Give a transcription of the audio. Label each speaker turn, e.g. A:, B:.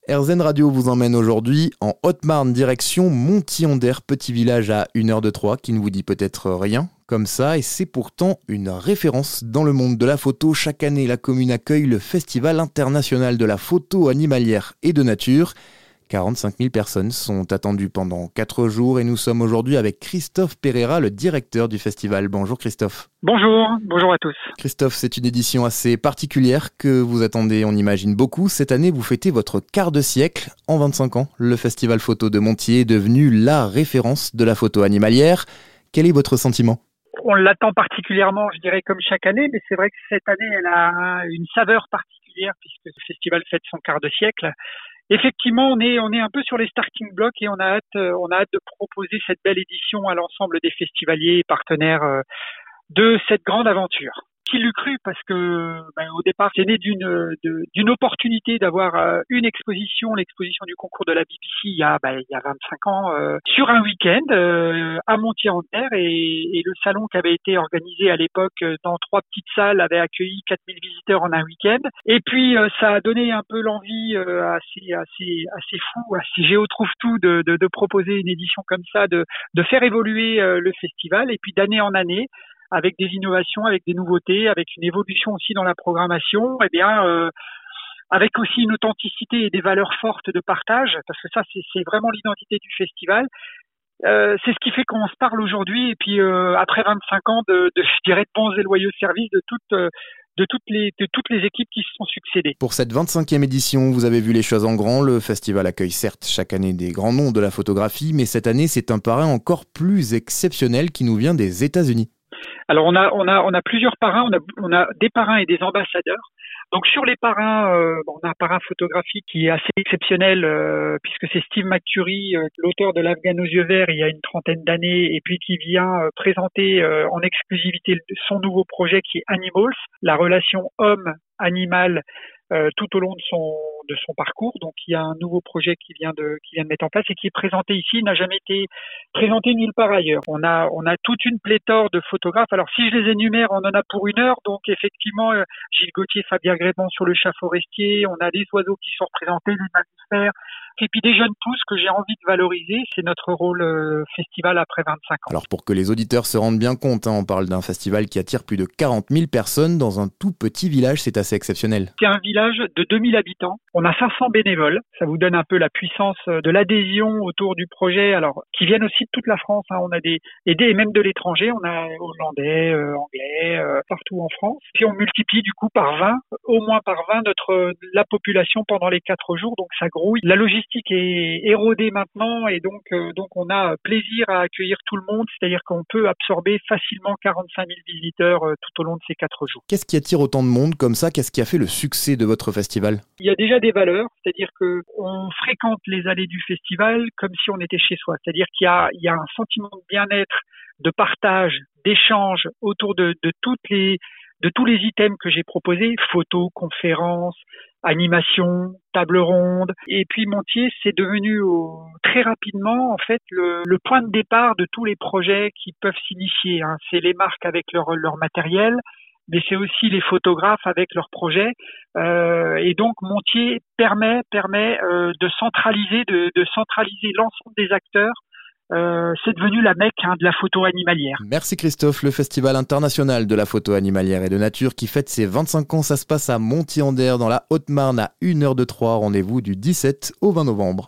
A: RZN Radio vous emmène aujourd'hui en Haute-Marne, direction Montier-en-Der, petit village à 1h de Troyes, qui ne vous dit peut-être rien comme ça, et c'est pourtant une référence dans le monde de la photo. Chaque année, la commune accueille le Festival international de la photo animalière et de nature. 45 000 personnes sont attendues pendant 4 jours et nous sommes aujourd'hui avec Christophe Pereira, le directeur du festival. Bonjour Christophe.
B: Bonjour à tous.
A: Christophe, c'est une édition assez particulière que vous attendez, on imagine beaucoup. Cette année, vous fêtez votre quart de siècle. En 25 ans, le festival photo de Montier est devenu la référence de la photo animalière. Quel est votre sentiment ?
B: On l'attend particulièrement, je dirais, comme chaque année, mais c'est vrai que cette année, elle a une saveur particulière puisque le festival fête son quart de siècle. Effectivement, on est un peu sur les starting blocks et on a hâte de proposer cette belle édition à l'ensemble des festivaliers et partenaires de cette grande aventure. Qui l'eût cru, parce que au départ, c'est né d'une opportunité d'avoir une exposition, l'exposition du concours de la BBC il y a 25 ans, sur un week-end à Montier-en-Der, et le salon qui avait été organisé à l'époque dans 3 petites salles avait accueilli 4000 visiteurs en un week-end. Et puis ça a donné un peu l'envie assez fou, assez géotrouve-tout de proposer une édition comme ça, de faire évoluer le festival, et puis d'année en année, avec des innovations, avec des nouveautés, avec une évolution aussi dans la programmation, avec aussi une authenticité et des valeurs fortes de partage, parce que ça, c'est vraiment l'identité du festival. C'est ce qui fait qu'on se parle aujourd'hui, et puis après 25 ans je dirais, de bons et loyaux services de toutes les équipes qui se sont succédées.
A: Pour cette 25e édition, vous avez vu les choses en grand. Le festival accueille certes chaque année des grands noms de la photographie, mais cette année, c'est un parrain encore plus exceptionnel qui nous vient des États-Unis.
B: Alors on a plusieurs parrains, on a des parrains et des ambassadeurs. Donc sur les parrains, on a un parrain photographique qui est assez exceptionnel puisque c'est Steve McCurry, l'auteur de L'Afghan aux yeux verts il y a une 30aine d'années, et puis qui vient présenter en exclusivité son nouveau projet qui est Animals, la relation homme-animal tout au long de son parcours. Donc il y a un nouveau projet qui vient de mettre en place et qui est présenté ici, il n'a jamais été présenté nulle part ailleurs. On a toute une pléthore de photographes. Alors si je les énumère, on en a pour 1 heure. Donc effectivement, Gilles Gauthier, Fabien Grément sur le chat forestier, on a des oiseaux qui sont représentés, les mammifères, et puis des jeunes pousses que j'ai envie de valoriser. C'est notre rôle festival après 25 ans.
A: Alors pour que les auditeurs se rendent bien compte, on parle d'un festival qui attire plus de 40 000 personnes dans un tout petit village, c'est assez exceptionnel.
B: C'est un village de 2000 habitants. On a 500 bénévoles. Ça vous donne un peu la puissance de l'adhésion autour du projet, alors qui viennent aussi de toute la France. On a des aidés et même de l'étranger. On a hollandais, anglais, partout en France. Puis on multiplie du coup par 20, au moins par 20 la population pendant les 4 jours. Donc ça grouille. La logistique est érodée maintenant, et donc on a plaisir à accueillir tout le monde. C'est-à-dire qu'on peut absorber facilement 45 000 visiteurs tout au long de ces 4 jours.
A: Qu'est-ce qui attire autant de monde comme ça ? Qu'est-ce qui a fait le succès de votre festival ?
B: Il y a déjà des valeurs, c'est-à-dire que on fréquente les allées du festival comme si on était chez soi. C'est-à-dire qu'il y a un sentiment de bien-être, de partage, d'échange autour de tous les items que j'ai proposés, photos, conférences, animations, tables rondes. Et puis Montier, c'est devenu très rapidement en fait le point de départ de tous les projets qui peuvent s'initier. C'est les marques avec leur matériel, mais c'est aussi les photographes avec leurs projets. Et donc Montier permet de centraliser l'ensemble des acteurs. C'est devenu la Mecque de la photo animalière.
A: Merci Christophe. Le Festival international de la photo animalière et de nature qui fête ses 25 ans, ça se passe à Montier-en-Der dans la Haute-Marne à 1h de Troyes. Rendez-vous du 17 au 20 novembre.